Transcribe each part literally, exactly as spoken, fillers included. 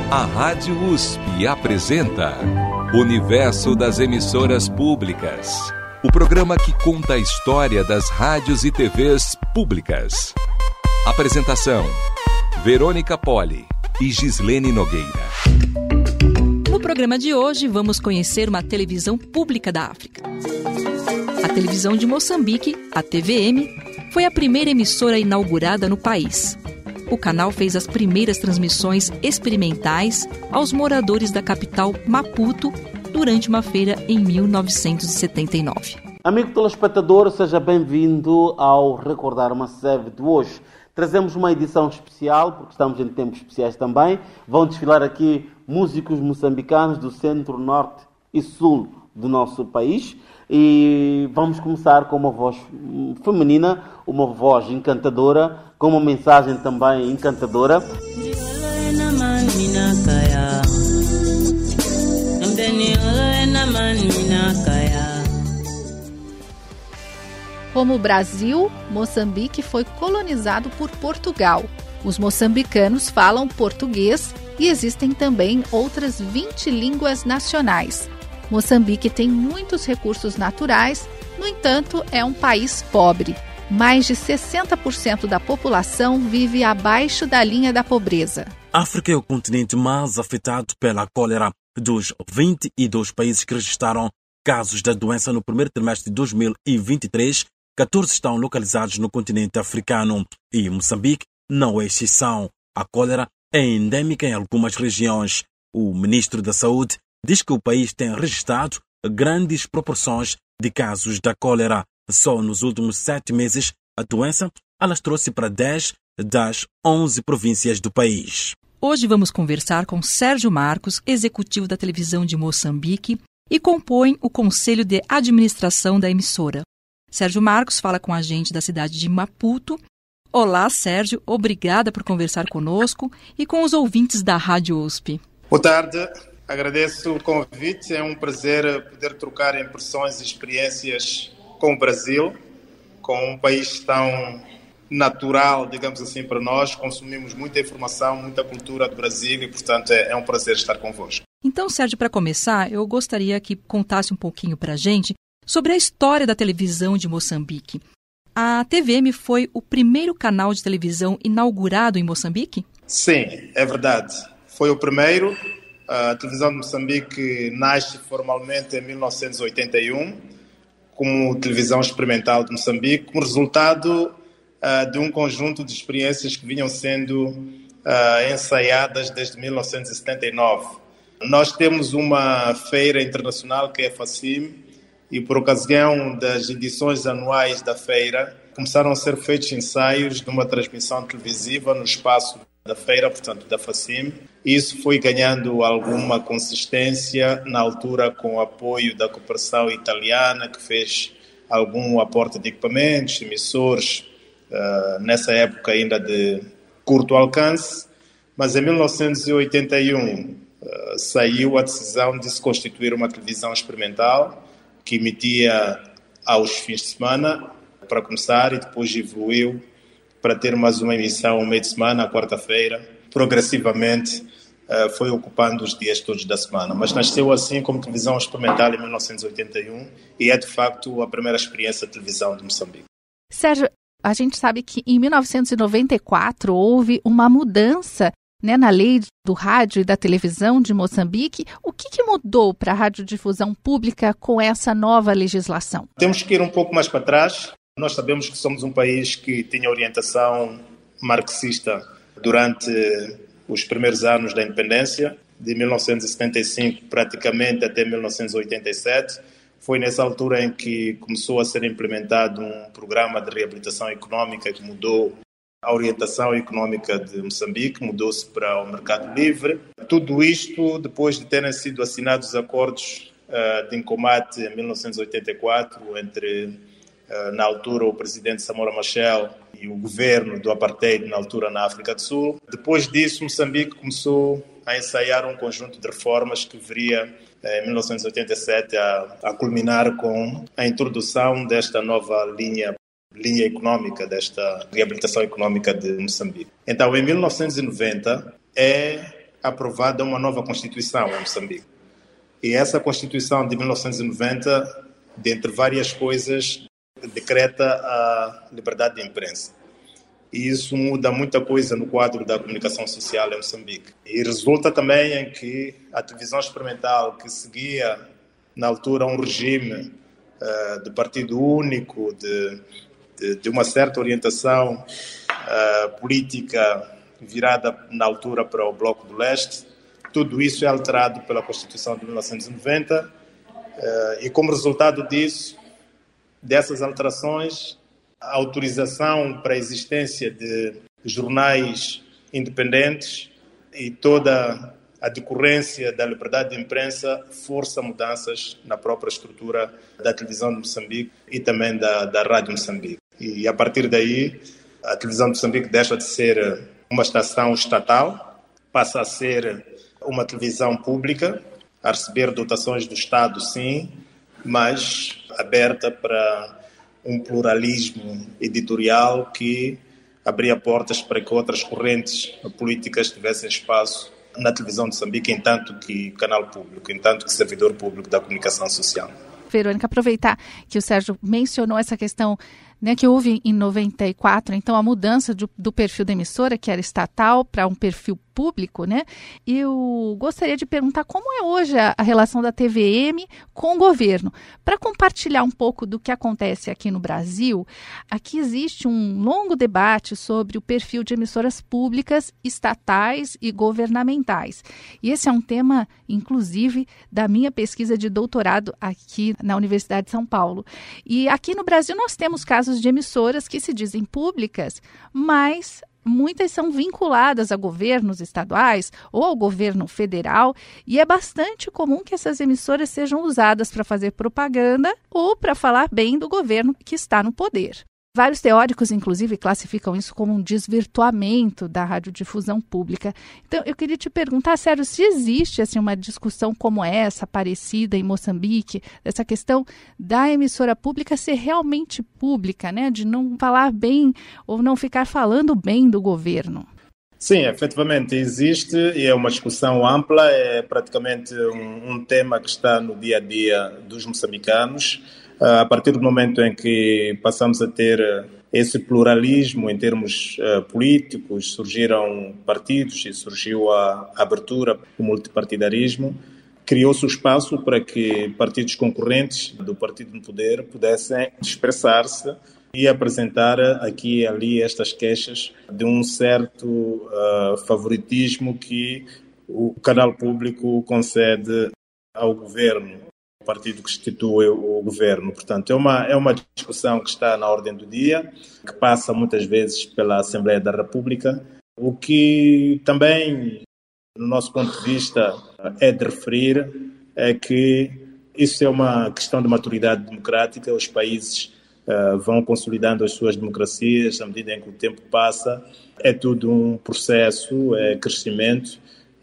A Rádio U S P apresenta Universo das Emissoras Públicas, o programa que conta a história das rádios e T Vs públicas. Apresentação: Verônica Poli e Gislene Nogueira. No programa de hoje, vamos conhecer uma televisão pública da África. A televisão de Moçambique, a T V M, foi a primeira emissora inaugurada no país. O canal fez as primeiras transmissões experimentais aos moradores da capital Maputo durante uma feira em mil novecentos e setenta e nove. Amigo telespectador, seja bem-vindo ao Recordar uma S E V de hoje. Trazemos uma edição especial, porque estamos em tempos especiais também. Vão desfilar aqui músicos moçambicanos do centro, norte e sul do nosso país. E vamos começar com uma voz feminina, uma voz encantadora, com uma mensagem também encantadora. Como o Brasil, Moçambique foi colonizado por Portugal. Os moçambicanos falam português e existem também outras vinte línguas nacionais. Moçambique tem muitos recursos naturais, no entanto, é um país pobre. Mais de sessenta por cento da população vive abaixo da linha da pobreza. A África é o continente mais afetado pela cólera. Dos vinte e dois países que registraram casos da doença no primeiro trimestre de dois mil e vinte e três, catorze estão localizados no continente africano e Moçambique não é exceção. A cólera é endêmica em algumas regiões. O ministro da Saúde diz que o país tem registrado grandes proporções de casos da cólera. Só nos últimos sete meses, a doença alastrou-se para dez das onze províncias do país. Hoje vamos conversar com Sérgio Marcos, executivo da televisão de Moçambique, e compõe o Conselho de Administração da emissora. Sérgio Marcos fala com a gente da cidade de Maputo. Olá, Sérgio, obrigada por conversar conosco e com os ouvintes da Rádio U S P. Boa tarde. Agradeço o convite, é um prazer poder trocar impressões e experiências com o Brasil, com um país tão natural, digamos assim, para nós. Consumimos muita informação, muita cultura do Brasil e, portanto, é, é um prazer estar convosco. Então, Sérgio, para começar, eu gostaria que contasse um pouquinho para a gente sobre a história da televisão de Moçambique. A T V M foi o primeiro canal de televisão inaugurado em Moçambique? Sim, é verdade. Foi o primeiro. A televisão de Moçambique nasce formalmente em mil novecentos e oitenta e um como televisão experimental de Moçambique, como resultado uh, de um conjunto de experiências que vinham sendo uh, ensaiadas desde mil novecentos e setenta e nove. Nós temos uma feira internacional que é a FACIM e por ocasião das edições anuais da feira começaram a ser feitos ensaios de uma transmissão televisiva no espaço da feira, portanto, da FACIM. Isso foi ganhando alguma consistência na altura com o apoio da cooperação italiana, que fez algum aporte de equipamentos, emissores, uh, nessa época ainda de curto alcance. Mas em mil novecentos e oitenta e um uh, saiu a decisão de se constituir uma televisão experimental que emitia aos fins de semana, para começar, e depois evoluiu para ter mais uma emissão ao meio de semana, à quarta-feira. Progressivamente uh, foi ocupando os dias todos da semana. Mas nasceu assim como televisão experimental em mil novecentos e oitenta e um e é de facto a primeira experiência de televisão de Moçambique. Sérgio, a gente sabe que em mil novecentos e noventa e quatro houve uma mudança, né, na lei do rádio e da televisão de Moçambique. O que, que mudou para a radiodifusão pública com essa nova legislação? Temos que ir um pouco mais para trás. Nós sabemos que somos um país que tinha orientação marxista durante os primeiros anos da independência, de mil novecentos e setenta e cinco praticamente até mil novecentos e oitenta e sete. Foi nessa altura em que começou a ser implementado um programa de reabilitação económica que mudou a orientação económica de Moçambique, mudou-se para o mercado livre. Tudo isto depois de terem sido assinados acordos uh, de encomate em mil novecentos e oitenta e quatro entre na altura o presidente Samora Machel e o governo do apartheid na altura na África do Sul. Depois disso, Moçambique começou a ensaiar um conjunto de reformas que viria em mil novecentos e oitenta e sete a, a culminar com a introdução desta nova linha, linha económica, desta reabilitação económica de Moçambique. Então, em mil novecentos e noventa, é aprovada uma nova Constituição em Moçambique. E essa Constituição de mil novecentos e noventa, dentre várias coisas, decreta a liberdade de imprensa. E isso muda muita coisa no quadro da comunicação social em Moçambique. E resulta também em que a televisão experimental, que seguia na altura um regime uh, de partido único, de, de, de uma certa orientação uh, política virada na altura para o Bloco do Leste, tudo isso é alterado pela Constituição de mil novecentos e noventa uh, e como resultado disso, dessas alterações, a autorização para a existência de jornais independentes e toda a decorrência da liberdade de imprensa força mudanças na própria estrutura da televisão de Moçambique e também da, da Rádio Moçambique. E a partir daí, a televisão de Moçambique deixa de ser uma estação estatal, passa a ser uma televisão pública, a receber dotações do Estado, sim, mas aberta para um pluralismo editorial que abria portas para que outras correntes políticas tivessem espaço na televisão de Moçambique, entanto que canal público, entanto que servidor público da comunicação social. Verônica, aproveitar que o Sérgio mencionou essa questão, né, que houve em noventa e quatro, então a mudança do, do perfil da emissora, que era estatal, para um perfil público, né? Eu gostaria de perguntar como é hoje a, a relação da T V M com o governo. Para compartilhar um pouco do que acontece aqui no Brasil, aqui existe um longo debate sobre o perfil de emissoras públicas, estatais e governamentais. E esse é um tema, inclusive, da minha pesquisa de doutorado aqui na Universidade de São Paulo. E aqui no Brasil nós temos casos de emissoras que se dizem públicas, mas muitas são vinculadas a governos estaduais ou ao governo federal, e é bastante comum que essas emissoras sejam usadas para fazer propaganda ou para falar bem do governo que está no poder. Vários teóricos, inclusive, classificam isso como um desvirtuamento da radiodifusão pública. Então, eu queria te perguntar, Sérgio, se existe assim, uma discussão como essa, parecida em Moçambique, dessa questão da emissora pública ser realmente pública, né? De não falar bem ou não ficar falando bem do governo. Sim, efetivamente existe e é uma discussão ampla, é praticamente um, um tema que está no dia a dia dos moçambicanos. A partir do momento em que passamos a ter esse pluralismo em termos uh, políticos, surgiram partidos e surgiu a abertura do multipartidarismo, criou-se o espaço para que partidos concorrentes do partido no poder pudessem expressar-se e apresentar aqui e ali estas queixas de um certo uh, favoritismo que o canal público concede ao governo, partido que institui o governo. Portanto, é uma, é uma discussão que está na ordem do dia, que passa muitas vezes pela Assembleia da República, o que também, no nosso ponto de vista, é de referir é que isso é uma questão de maturidade democrática. Os países uh, vão consolidando as suas democracias à medida em que o tempo passa. É tudo um processo, é crescimento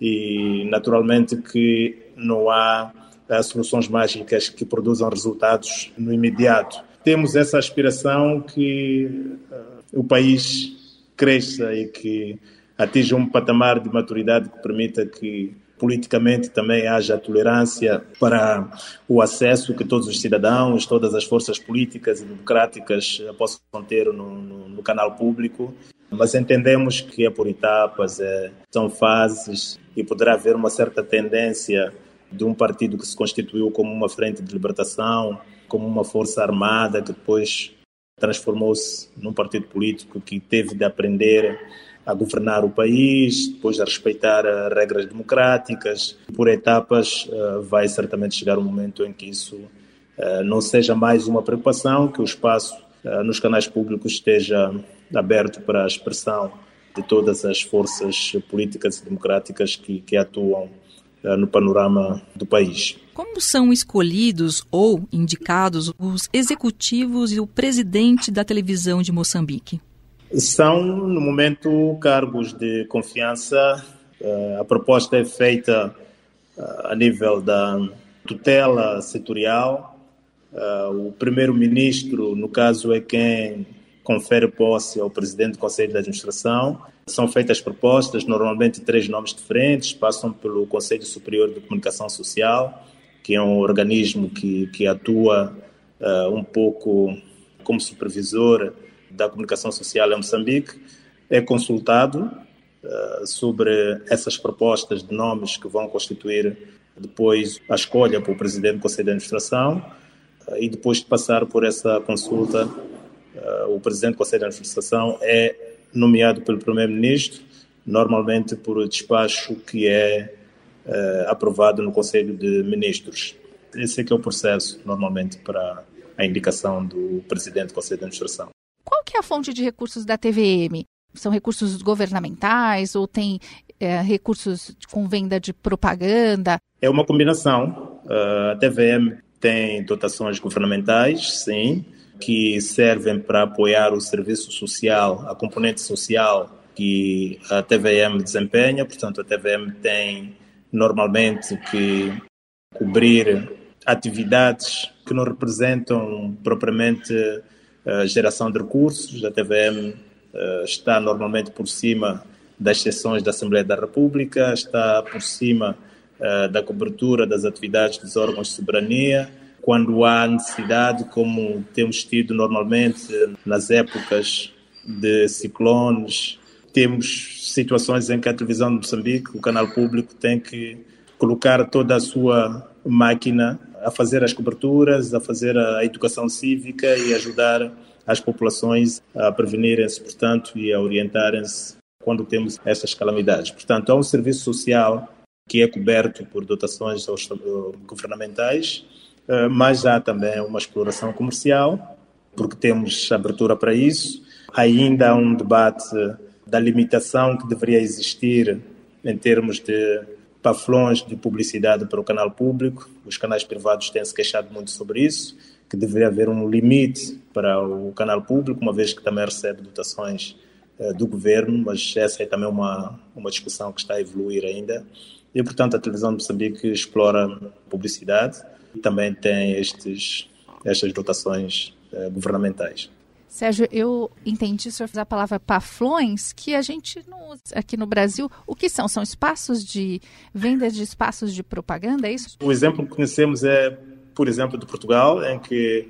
e, naturalmente, que não há soluções mágicas que produzam resultados no imediato. Temos essa aspiração que uh, o país cresça e que atinja um patamar de maturidade que permita que politicamente também haja tolerância para o acesso que todos os cidadãos, todas as forças políticas e democráticas possam ter no, no, no canal público. Mas entendemos que é por etapas, é, são fases e poderá haver uma certa tendência de um partido que se constituiu como uma frente de libertação, como uma força armada que depois transformou-se num partido político que teve de aprender a governar o país, depois a respeitar regras democráticas. Por etapas vai certamente chegar um momento em que isso não seja mais uma preocupação, que o espaço nos canais públicos esteja aberto para a expressão de todas as forças políticas e democráticas que, que atuam no panorama do país. Como são escolhidos ou indicados os executivos e o presidente da televisão de Moçambique? São, no momento, cargos de confiança. A proposta é feita a nível da tutela setorial. O primeiro-ministro, no caso, é quem confere posse ao presidente do Conselho de Administração São feitas propostas, normalmente três nomes diferentes, passam pelo Conselho Superior de Comunicação Social, que é um organismo que, que atua uh, um pouco como supervisor da comunicação social em Moçambique. É consultado uh, sobre essas propostas de nomes que vão constituir depois a escolha para o presidente do Conselho de Administração, uh, e depois de passar por essa consulta, uh, o presidente do Conselho de Administração é nomeado pelo primeiro-ministro, normalmente por despacho que é uh, aprovado no Conselho de Ministros. Esse é que é o processo, normalmente, para a indicação do presidente do Conselho de Administração. Qual que é a fonte de recursos da T V M? São recursos governamentais ou tem é, recursos com venda de propaganda? É uma combinação. Uh, a T V M tem dotações governamentais, sim, que servem para apoiar o serviço social, a componente social que a T V M desempenha. Portanto, a T V M tem normalmente que cobrir atividades que não representam propriamente a geração de recursos. A T V M uh, está normalmente por cima das sessões da Assembleia da República, está por cima uh, da cobertura das atividades dos órgãos de soberania, quando há necessidade, como temos tido normalmente nas épocas de ciclones. Temos situações em que a televisão de Moçambique, o canal público, tem que colocar toda a sua máquina a fazer as coberturas, a fazer a educação cívica e ajudar as populações a prevenirem-se, portanto, e a orientarem-se quando temos essas calamidades. Portanto, há um serviço social que é coberto por dotações governamentais, mas há também uma exploração comercial, porque temos abertura para isso. Ainda há um debate da limitação que deveria existir em termos de paflões de publicidade para o canal público. Os canais privados têm se queixado muito sobre isso, que deveria haver um limite para o canal público, uma vez que também recebe dotações uh, do governo, mas essa é também uma, uma discussão que está a evoluir ainda. E, portanto, a televisão de Moçambique explora publicidade e também tem estes, estas dotações uh, governamentais. Sérgio, eu entendi o senhor usar a palavra paflões, que a gente não usa aqui no Brasil. O que são? São espaços de venda de espaços de propaganda, é isso? O exemplo que conhecemos é, por exemplo, de Portugal, em que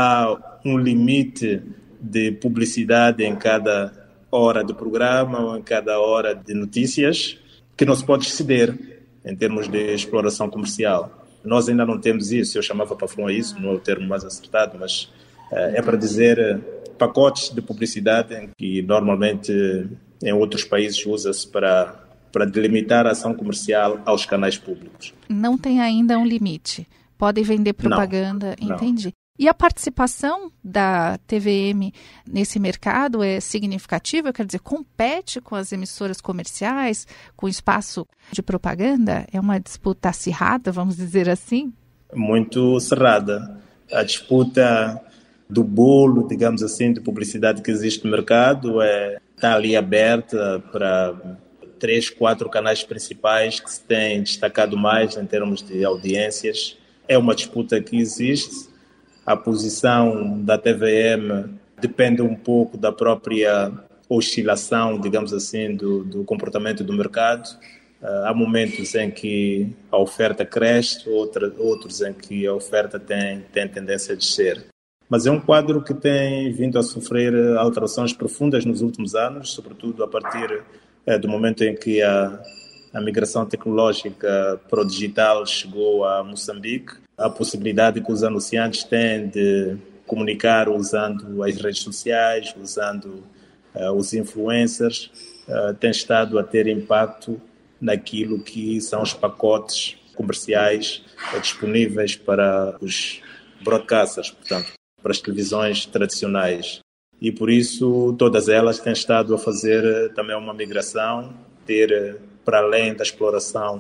há um limite de publicidade em cada hora de programa ou em cada hora de notícias que não se pode exceder em termos de exploração comercial. Nós ainda não temos isso. Eu chamava paflão a isso, não é o termo mais acertado, mas uh, é para dizer pacotes de publicidade que normalmente em outros países usa-se para, para delimitar a ação comercial aos canais públicos. Não tem ainda um limite. Podem vender propaganda, não, entendi. Não. E a participação da T V M nesse mercado é significativa? Quer dizer, compete com as emissoras comerciais, com espaço de propaganda? É uma disputa acirrada, vamos dizer assim? Muito cerrada. A disputa do bolo, digamos assim, de publicidade que existe no mercado é, está ali aberta para três, quatro canais principais que se têm destacado mais em termos de audiências. É uma disputa que existe. A posição da T V M depende um pouco da própria oscilação, digamos assim, do, do comportamento do mercado. Uh, há momentos em que a oferta cresce, outra, outros em que a oferta tem, tem tendência a descer. Mas é um quadro que tem vindo a sofrer alterações profundas nos últimos anos, sobretudo a partir é, do momento em que a, a migração tecnológica para o digital chegou a Moçambique. A possibilidade que os anunciantes têm de comunicar usando as redes sociais, usando uh, os influencers, uh, tem estado a ter impacto naquilo que são os pacotes comerciais uh, disponíveis para os broadcasters, portanto, para as televisões tradicionais. E por isso todas elas têm estado a fazer também uma migração, ter, para além da exploração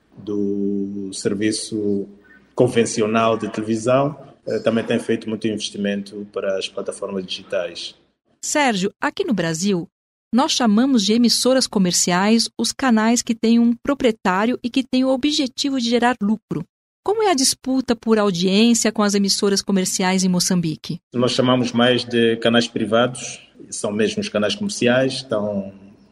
do serviço convencional de televisão, também têm feito muito investimento para as plataformas digitais. Sérgio, aqui no Brasil, nós chamamos de emissoras comerciais os canais que têm um proprietário e que têm o objetivo de gerar lucro. Como é a disputa por audiência com as emissoras comerciais em Moçambique? Nós chamamos mais de canais privados, são mesmo os canais comerciais, estão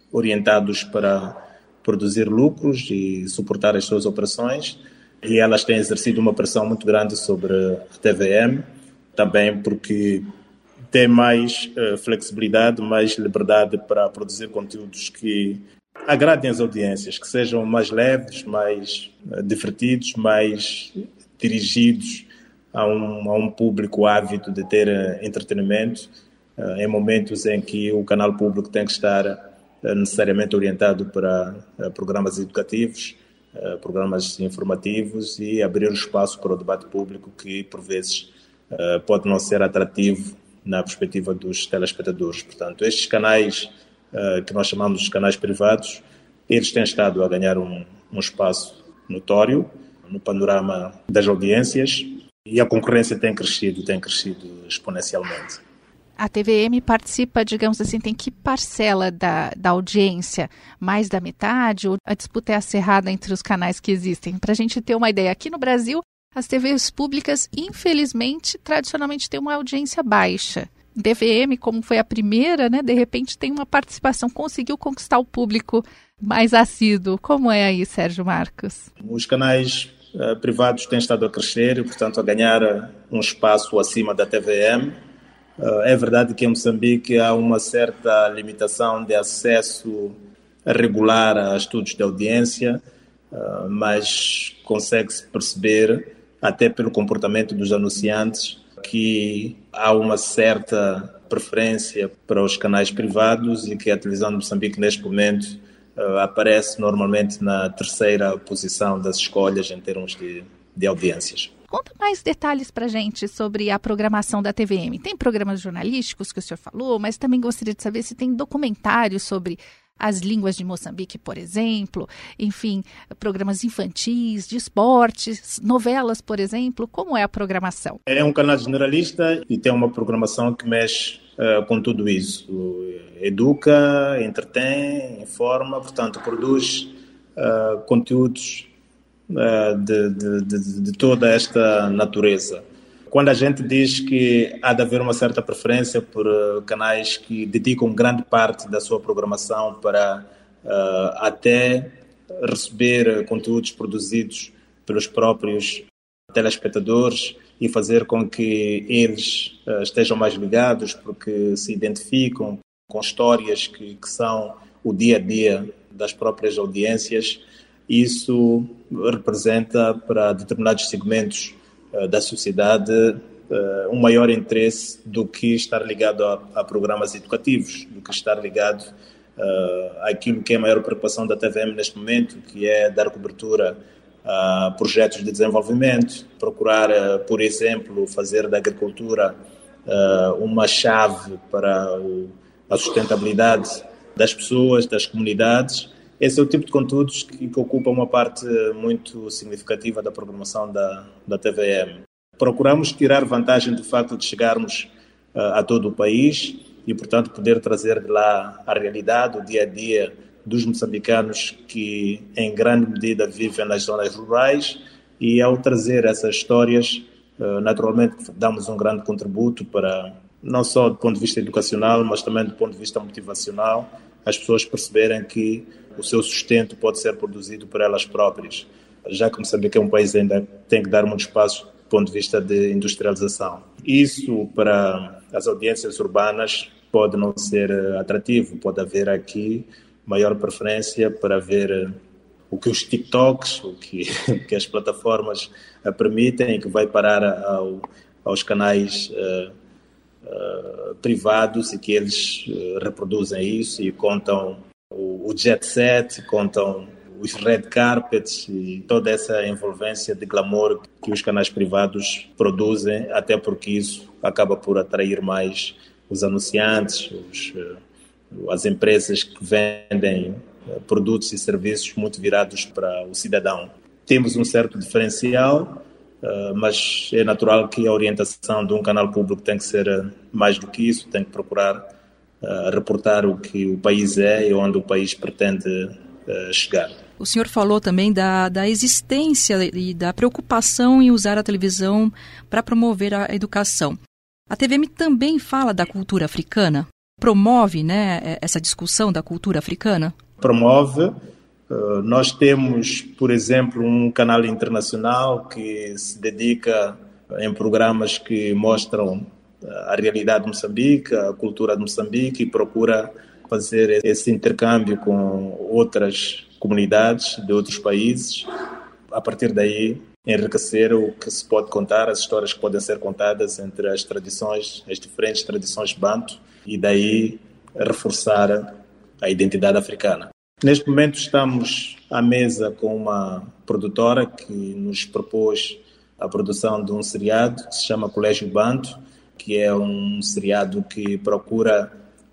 orientados para produzir lucros e suportar as suas operações, e elas têm exercido uma pressão muito grande sobre a T V M, também porque tem mais uh, flexibilidade, mais liberdade para produzir conteúdos que agradem as audiências, que sejam mais leves, mais uh, divertidos, mais dirigidos a um, a um público ávido de ter uh, entretenimento, uh, em momentos em que o canal público tem que estar uh, necessariamente orientado para uh, programas educativos, uh, programas informativos e abrir o espaço para o debate público que, por vezes, uh, pode não ser atrativo na perspectiva dos telespectadores. Portanto, estes canais uh, que nós chamamos de canais privados, eles têm estado a ganhar um, um espaço notório no panorama das audiências e a concorrência tem crescido, tem crescido exponencialmente. A T V M participa, digamos assim, tem que parcela da, da audiência? Mais da metade? Ou a disputa é acirrada entre os canais que existem? Para a gente ter uma ideia, aqui no Brasil, as T Vs públicas, infelizmente, tradicionalmente têm uma audiência baixa. T V M, como foi a primeira, né, de repente tem uma participação, conseguiu conquistar o público mais assíduo. Como é aí, Sérgio Marcos? Os canais uh, privados têm estado a crescer e, portanto, a ganhar um espaço acima da T V M. Uh, é verdade que em Moçambique há uma certa limitação de acesso regular a estudos de audiência, uh, mas consegue-se perceber, até pelo comportamento dos anunciantes, que há uma certa preferência para os canais privados e que a televisão de Moçambique, neste momento, uh, aparece normalmente na terceira posição das escolhas em termos de, de audiências. Conta mais detalhes para a gente sobre a programação da T V M. Tem programas jornalísticos que o senhor falou, mas também gostaria de saber se tem documentários sobre as línguas de Moçambique, por exemplo, enfim, programas infantis, de esportes, novelas, por exemplo. Como é a programação? É um canal generalista e tem uma programação que mexe uh, com tudo isso. Educa, entretém, informa, portanto, produz uh, conteúdos uh, de, de, de, de toda esta natureza. Quando a gente diz que há de haver uma certa preferência por uh, canais que dedicam grande parte da sua programação para uh, até receber conteúdos produzidos pelos próprios telespectadores e fazer com que eles uh, estejam mais ligados porque se identificam com histórias que, que são o dia-a-dia das próprias audiências, isso representa para determinados segmentos da sociedade uh, um maior interesse do que estar ligado a, a programas educativos, do que estar ligado uh, àquilo que é a maior preocupação da T V M neste momento, que é dar cobertura a projetos de desenvolvimento, procurar, uh, por exemplo, fazer da agricultura uh, uma chave para o, a sustentabilidade das pessoas, das comunidades. Esse é o tipo de conteúdos que, que ocupa uma parte muito significativa da programação da, da T V M. Procuramos tirar vantagem do facto de chegarmos uh, a todo o país e, portanto, poder trazer de lá a realidade, o dia-a-dia dos moçambicanos que, em grande medida, vivem nas zonas rurais e, ao trazer essas histórias, uh, naturalmente, damos um grande contributo para, não só do ponto de vista educacional, mas também do ponto de vista motivacional, as pessoas perceberem que o seu sustento pode ser produzido por elas próprias, já que Moçambique é um país ainda tem que dar muito espaço do ponto de vista de industrialização. Isso, para as audiências urbanas, pode não ser atrativo, pode haver aqui maior preferência para ver o que os TikToks, o que, que as plataformas permitem e que vai parar ao, aos canais uh, uh, privados e que eles uh, reproduzem isso e contam o jet set, contam os red carpets e toda essa envolvência de glamour que os canais privados produzem, até porque isso acaba por atrair mais os anunciantes, os, as empresas que vendem produtos e serviços muito virados para o cidadão. Temos um certo diferencial, mas é natural que a orientação de um canal público tem que ser mais do que isso, tem que procurar a reportar o que o país é e onde o país pretende uh, chegar. O senhor falou também da, da existência e da preocupação em usar a televisão para promover a educação. A T V M também fala da cultura africana? promove, né, essa discussão da cultura africana? Promove. Uh, nós temos, por exemplo, um canal internacional que se dedica em programas que mostram a realidade de Moçambique, a cultura de Moçambique, e procura fazer esse intercâmbio com outras comunidades de outros países. A partir daí, enriquecer o que se pode contar, as histórias que podem ser contadas entre as tradições, as diferentes tradições banto, e daí reforçar a identidade africana. Neste momento estamos à mesa com uma produtora que nos propôs a produção de um seriado que se chama Colégio Banto, que é um seriado que procura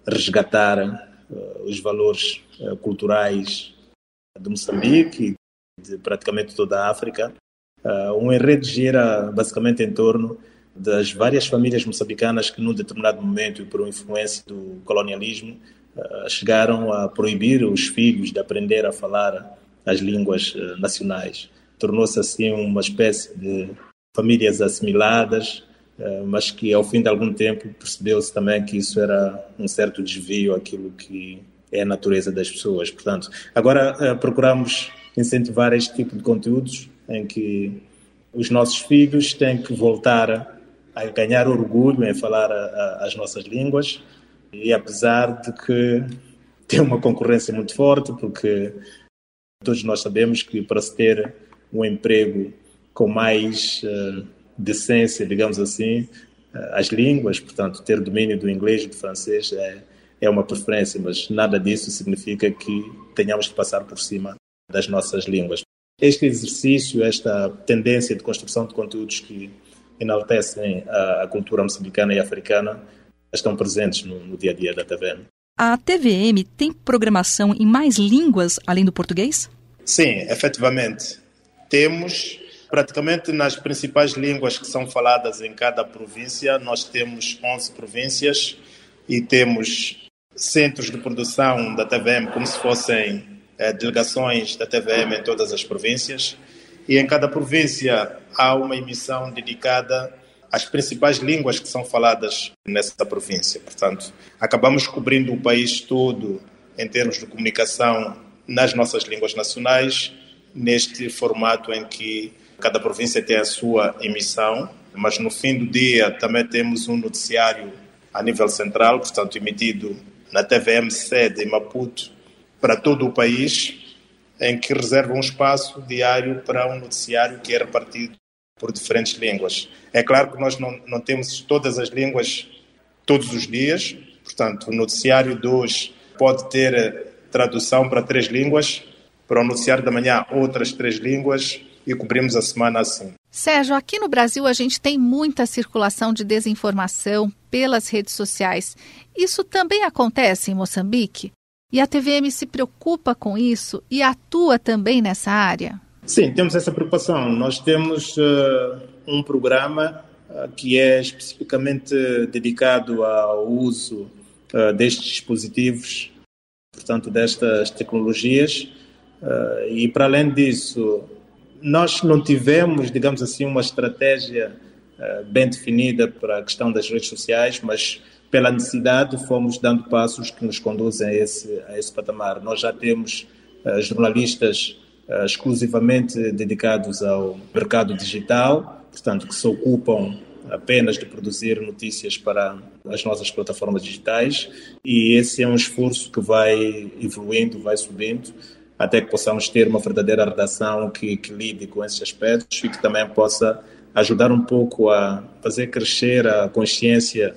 resgatar uh, os valores uh, culturais de Moçambique e de praticamente toda a África. Uh, um enredo gira basicamente em torno das várias famílias moçambicanas que, num determinado momento, e por influência do colonialismo, uh, chegaram a proibir os filhos de aprender a falar as línguas uh, nacionais. Tornou-se assim uma espécie de famílias assimiladas, uh, mas que, ao fim de algum tempo, percebeu-se também que isso era um certo desvio àquilo que é a natureza das pessoas. Portanto, agora uh, procuramos incentivar este tipo de conteúdos em que os nossos filhos têm que voltar a ganhar orgulho em falar a, a, as nossas línguas, e apesar de que tem uma concorrência muito forte, porque todos nós sabemos que para se ter um emprego com mais uh, decência, digamos assim, uh, as línguas, portanto, ter domínio do inglês e do francês é, é uma preferência, mas nada disso significa que tenhamos de passar por cima das nossas línguas. Este exercício, esta tendência de construção de conteúdos que enaltecem a, a cultura moçambicana e africana estão presentes no, no dia a dia da T V M. A T V M tem programação em mais línguas além do português? Sim, efetivamente. Temos, praticamente nas principais línguas que são faladas em cada província, nós temos onze províncias e temos centros de produção da T V M como se fossem eh, delegações da T V M em todas as províncias. E em cada província há uma emissão dedicada às principais línguas que são faladas nessa província. Portanto, acabamos cobrindo o país todo em termos de comunicação nas nossas línguas nacionais, neste formato em que cada província tem a sua emissão, mas no fim do dia também temos um noticiário a nível central, portanto, emitido na T V M sede em Maputo para todo o país, em que reserva um espaço diário para um noticiário que é repartido por diferentes línguas. É claro que nós não, não temos todas as línguas todos os dias, portanto, o noticiário de hoje pode ter tradução para três línguas, para o noticiário da manhã outras três línguas, e cobrimos a semana assim. Sérgio, aqui no Brasil a gente tem muita circulação de desinformação pelas redes sociais. Isso também acontece em Moçambique? E a T V M se preocupa com isso e atua também nessa área? Sim, temos essa preocupação. Nós temos uh, um programa uh, que é especificamente dedicado ao uso uh, destes dispositivos, portanto, destas tecnologias. Uh, e, para além disso, nós não tivemos, digamos assim, uma estratégia uh, bem definida para a questão das redes sociais, mas pela necessidade fomos dando passos que nos conduzem a esse, a esse patamar. Nós já temos uh, jornalistas uh, exclusivamente dedicados ao mercado digital, portanto, que se ocupam apenas de produzir notícias para as nossas plataformas digitais, e esse é um esforço que vai evoluindo, vai subindo, até que possamos ter uma verdadeira redação que, que lide com esses aspectos e que também possa ajudar um pouco a fazer crescer a consciência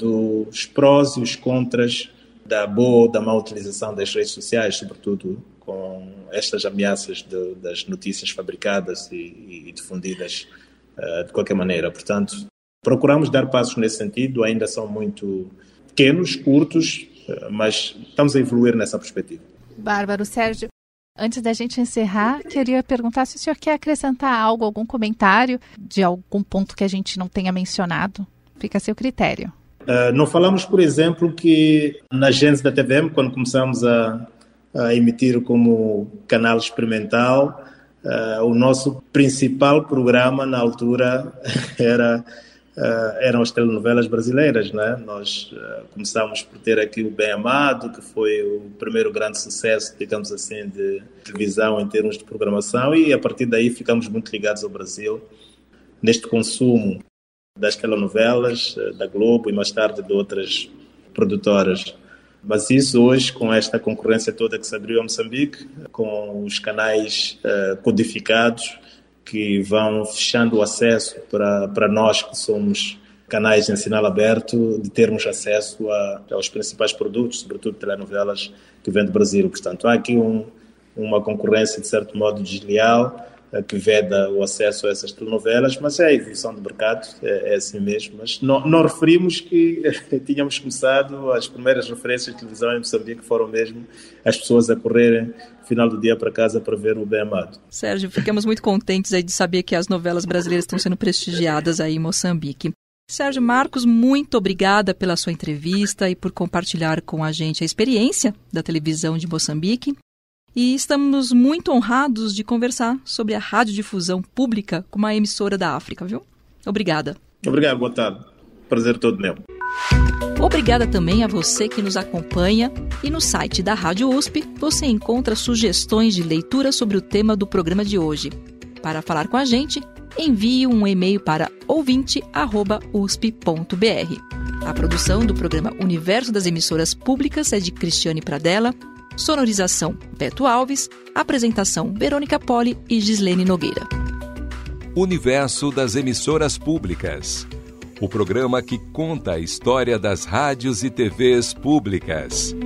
dos prós e os contras da boa ou da má utilização das redes sociais, sobretudo com estas ameaças de, das notícias fabricadas e, e difundidas uh, de qualquer maneira. Portanto, procuramos dar passos nesse sentido, ainda são muito pequenos, curtos, uh, mas estamos a evoluir nessa perspectiva. Bárbaro, Sérgio, antes da gente encerrar, queria perguntar se o senhor quer acrescentar algo, algum comentário de algum ponto que a gente não tenha mencionado. Fica a seu critério. Uh, não falamos, por exemplo, que na gênese da T V M, quando começamos a, a emitir como canal experimental, uh, o nosso principal programa na altura era uh, eram as telenovelas brasileiras, né? Nós uh, começámos por ter aqui o Bem Amado, que foi o primeiro grande sucesso, digamos assim, de televisão em termos de programação, e a partir daí ficamos muito ligados ao Brasil, neste consumo das telenovelas, uh, da Globo e mais tarde de outras produtoras. Mas isso hoje, com esta concorrência toda que se abriu a Moçambique, com os canais uh, codificados, que vão fechando o acesso para, para nós que somos canais em sinal aberto, de termos acesso a, aos principais produtos, sobretudo telenovelas que vêm do Brasil. Portanto, há aqui um, uma concorrência, de certo modo, desleal, que veda o acesso a essas telenovelas, mas é a evolução do mercado, é, é assim mesmo. Mas não, não referimos que tínhamos começado, as primeiras referências de televisão em Moçambique foram mesmo as pessoas a correrem no final do dia para casa para ver o Bem Amado. Sérgio, ficamos muito contentes aí de saber que as novelas brasileiras estão sendo prestigiadas aí em Moçambique. Sérgio Marcos, muito obrigada pela sua entrevista e por compartilhar com a gente a experiência da televisão de Moçambique. E estamos muito honrados de conversar sobre a radiodifusão pública com uma emissora da África, viu? Obrigada. Obrigado, boa tarde. Prazer todo meu. Obrigada também a você que nos acompanha, e no site da Rádio U S P você encontra sugestões de leitura sobre o tema do programa de hoje. Para falar com a gente, envie um e-mail para ouvinte arroba usp ponto br. A produção do programa Universo das Emissoras Públicas é de Cristiane Pradella, sonorização Beto Alves, apresentação Verônica Poli e Gislene Nogueira. Universo das Emissoras Públicas, o programa que conta a história das rádios e T Vs públicas.